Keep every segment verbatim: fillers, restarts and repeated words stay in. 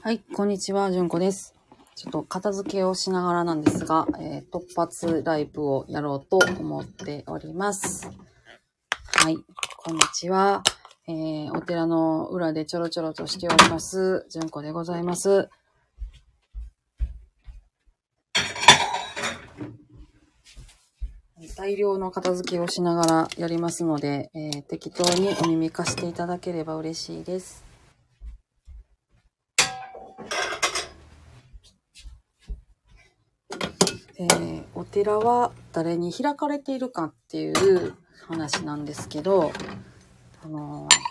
はい、こんにちは、じゅんこです。ちょっと片付けをしながらなんですが、えー、突発ライブをやろうと思っております。はい、こんにちは。えー、お寺の裏でちょろちょろとしております、じゅんこでございます。大量の片付けをしながらやりますので、えー、適当にお耳貸していただければ嬉しいです。えー、お寺は誰に開かれているかっていう話なんですけど、あのー、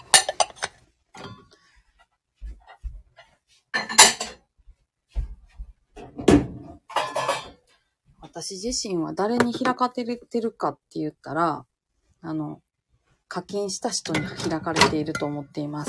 私自身は誰に開かれてるかって言ったら、あの、課金した人に開かれていると思っています。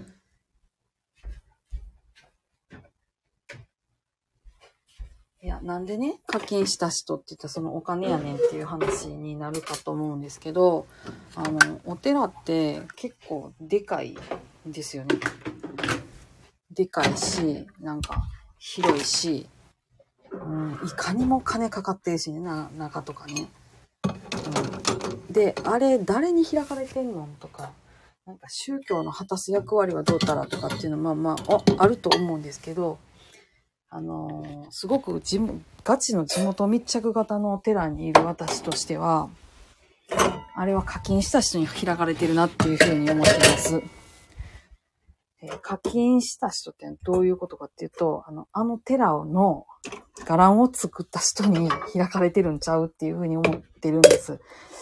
いや、なんでね、課金した人って言ったらそのお金やねんっていう話になるかと思うんですけど、あの、お寺って結構でかいんですよね。でかいし、なんか広いし、うん、いかにも金かかってるしね、な中とかね。うん、で、あれ誰に開かれてんのとか、なんか宗教の果たす役割はどうたらとかっていうのはまあまあ、あ、あると思うんですけど、あのー、すごく地ガチの地元密着型のお寺にいる私としては、あれは課金した人に開かれてるなっていうふうに思ってます。えー、課金した人ってどういうことかっていうと、あの、あの寺の伽藍を作った人に開かれてるんちゃうっていうふうに思ってるんです。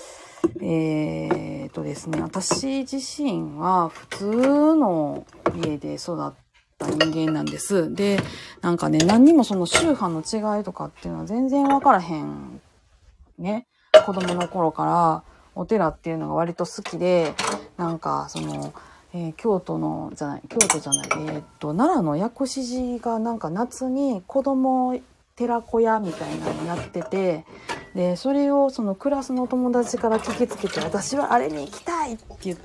えーとですね、私自身は普通の家で育った人間なんです。で、なんかね、何にもその宗派の違いとかっていうのは全然わからへん。ね。子供の頃からお寺っていうのが割と好きで、なんかその、えー、京都の、じゃない、京都じゃない、えー、っと、奈良の薬師寺がなんか夏に子供寺小屋みたいなのやってて、で、それをそのクラスの友達から聞きつけて、私はあれに行きたいって言って、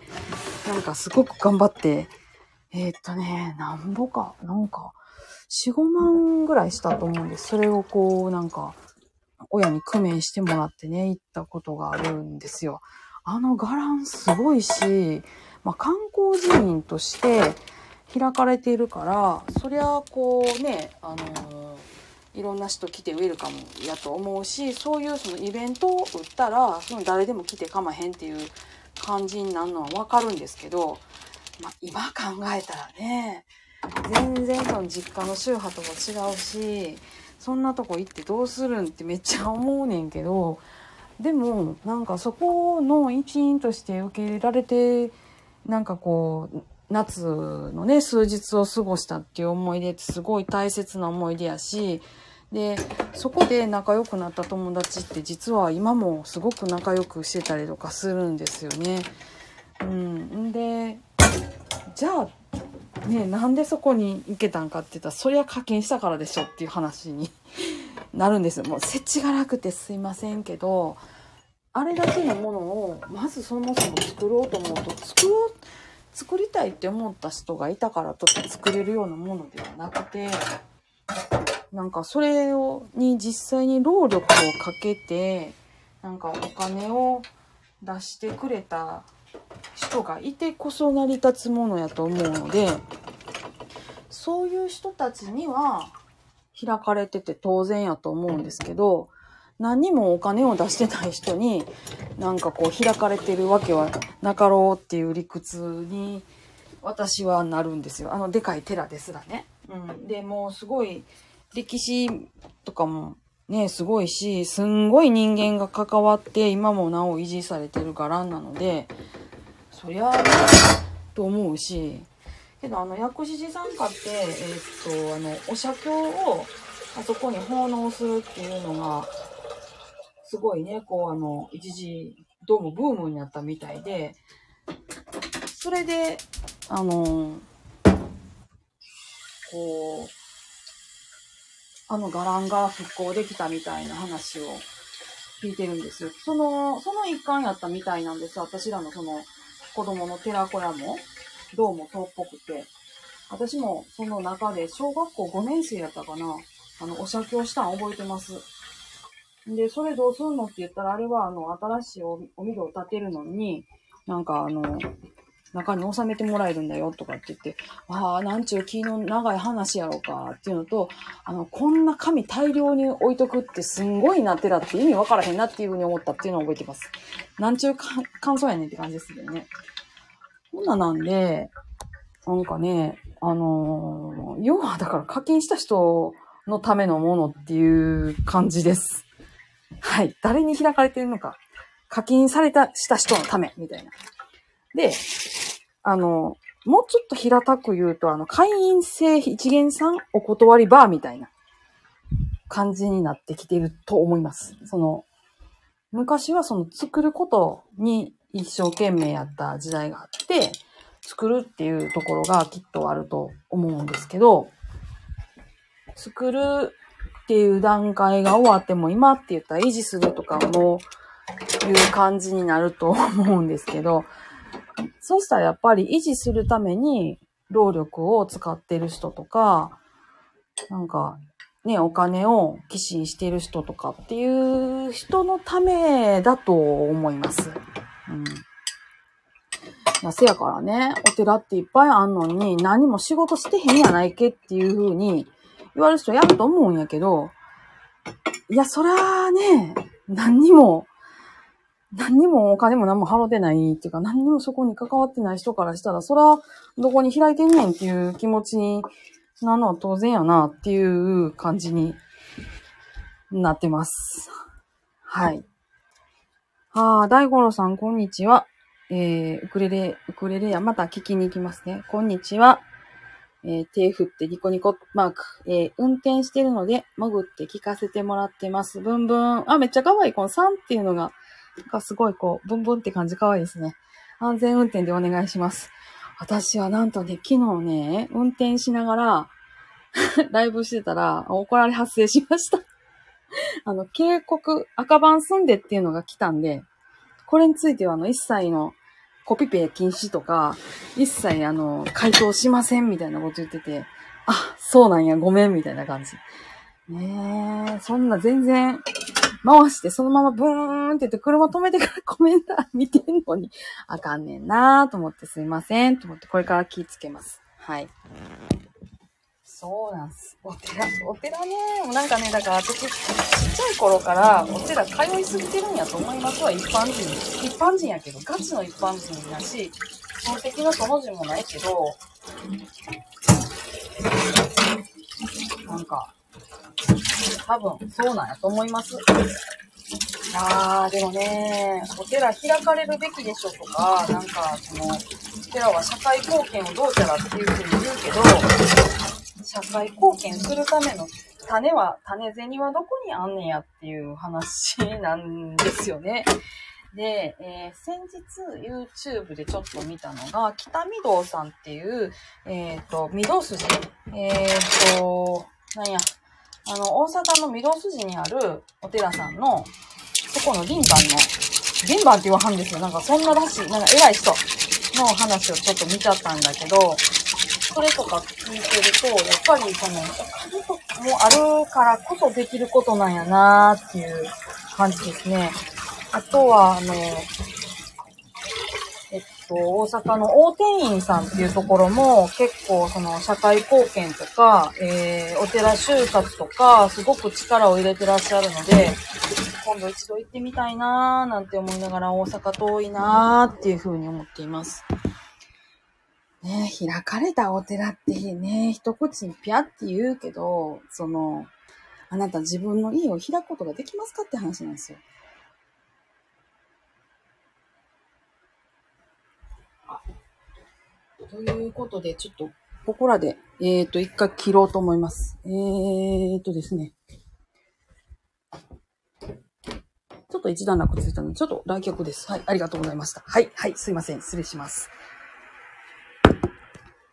なんかすごく頑張って、えー、っとね、なんぼか、なんか、よん、ごまんぐらいしたと思うんです。それをこう、なんか、親に工面してもらってね、行ったことがあるんですよ。あの伽藍すごいし、まあ、観光寺院として開かれているから、そりゃこうね、あのー、いろんな人来てウェルカムやと思うし、そういうそのイベントを売ったら、その誰でも来てかまへんっていう感じになるのはわかるんですけど、まあ、今考えたらね、全然その実家の宗派とも違うし、そんなとこ行ってどうするんってめっちゃ思うねんけど、でもなんかそこの一員として受け入れられて、なんかこう夏のね数日を過ごしたっていう思い出ってすごい大切な思い出やし、でそこで仲良くなった友達って実は今もすごく仲良くしてたりとかするんですよね。うん、でじゃあね、なんでそこに行けたんかって言ったら、そりゃ課金したからでしょっていう話になるんですよ。もう設置が楽てすいませんけど、あれだけのものをまずそもそも作ろうと思うと、作ろう作りたいって思った人がいたからとって作れるようなものではなくて、なんかそれをに実際に労力をかけて、なんかお金を出してくれた人がいてこそ成り立つものやと思うので、そういう人たちには開かれてて当然やと思うんですけど、何にもお金を出してない人になんかこう開かれてるわけはなかろうっていう理屈に私はなるんですよ。あのでかい寺ですらね。うん。で、もうすごい歴史とかもね、すごいし、すんごい人間が関わって今もなお維持されてる伽藍なので、そりゃあね、と思うし、けどあの薬師寺さんかって、えー、っとあのお写経をあそこに奉納するっていうのがすごいね、こうあの一時どうもブームになったみたいで、それであのこうあの伽藍が復興できたみたいな話を聞いてるんですよ。そのその一環やったみたいなんです。私らのその子供の寺子屋もどうも遠っぽくて。 私もその中で小学校ごねん生やったかな、あの、お写経したん覚えてます。で、それどうするのって言ったら、あれはあの、新しいお御堂を建てるのに、なんかあの、中に収めてもらえるんだよとかって言って、ああ、なんちゅう気の長い話やろうかっていうのと、あの、こんな紙大量に置いとくってすんごいな寺って意味わからへんなっていうふうに思ったっていうのを覚えてます。なんちゅう感想やねんって感じですけどね。そんななんで、なんかね、あのー、要はだから課金した人のためのものっていう感じです。はい。誰に開かれてるのか。課金された、した人のため、みたいな。で、あの、もうちょっと平たく言うと、あの、会員制一元さんお断りバーみたいな感じになってきてると思います。その、昔はその作ることに一生懸命やった時代があって、作るっていうところがきっとあると思うんですけど、作るっていう段階が終わっても今って言ったら維持するとかもいう感じになると思うんですけど、そうしたらやっぱり維持するために労力を使ってる人とか、なんかね、お金を寄進している人とかっていう人のためだと思います。うん。いや、せやからね、お寺っていっぱいあんのに何も仕事してへんやないけっていう風に言われる人やると思うんやけど、いや、そりゃあね、何にも、何にもお金も何も払ってないっていうか、何にもそこに関わってない人からしたら、そら、どこに開いてんねんっていう気持ちになるのは当然やなっていう感じになってます。はい。ああ、大五郎さん、こんにちは。えー、ウクレレ、ウクレレや、また聞きに行きますね。こんにちは。えー、手振ってニコニコマーク。えー、運転してるので、潜って聞かせてもらってます。ブンブン。あ、めっちゃ可愛い。このさんっていうのが、なんかすごいこう、ブンブンって感じ可愛いですね。安全運転でお願いします。私はなんとね、昨日ね、運転しながら、ライブしてたら、怒られ発生しました。あの、警告、赤番済んでっていうのが来たんで、これについてはあの、一切のコピペ禁止とか、一切あの、回答しませんみたいなこと言ってて、あ、そうなんや、ごめんみたいな感じ。ねえ、そんな全然回してそのままブーンって言って車止めてからコメント見てんのにあかんねんなーと思ってすいませんと思ってこれから気ぃつけます。はい。そうなんす。お寺、お寺ね、なんかね、だから私、ちっちゃい頃からお寺通いすぎてるんやと思いますわ、一般人。一般人やけど、ガチの一般人だし、本的なその字もないけど、なんか、多分、そうなんやと思います。あー、でもね、お寺開かれるべきでしょとか、なんか、その、お寺は社会貢献をどうちゃらっていうふうに言うけど、社会貢献するための種は、種銭はどこにあんねんやっていう話なんですよね。で、えー、先日 YouTube でちょっと見たのが、北御堂さんっていう、えっと、御堂筋えっと、なんや、あの、大阪の御堂筋にあるお寺さんの、そこの輪番の、輪番って言わはんですよ。なんかそんならしい、なんか偉い人の話をちょっと見ちゃったんだけど、それとか聞いてると、やっぱりその、お金とかもあるからこそできることなんやなーっていう感じですね。あとは、あの、えっと、大阪の大天院さんっていうところも結構その社会貢献とか、えー、お寺就活とかすごく力を入れてらっしゃるので、今度一度行ってみたいなーなんて思いながら大阪遠いなーっていうふうに思っています。ねえ、開かれたお寺ってね、一口にピャって言うけど、その、あなた自分の家を開くことができますかって話なんですよ。ということで、ちょっと、ここらで、えっと、一回切ろうと思います。えっとですね。ちょっと一段落ついたので、ちょっと来客です。はい、ありがとうございました。はい、はい、すいません。失礼します。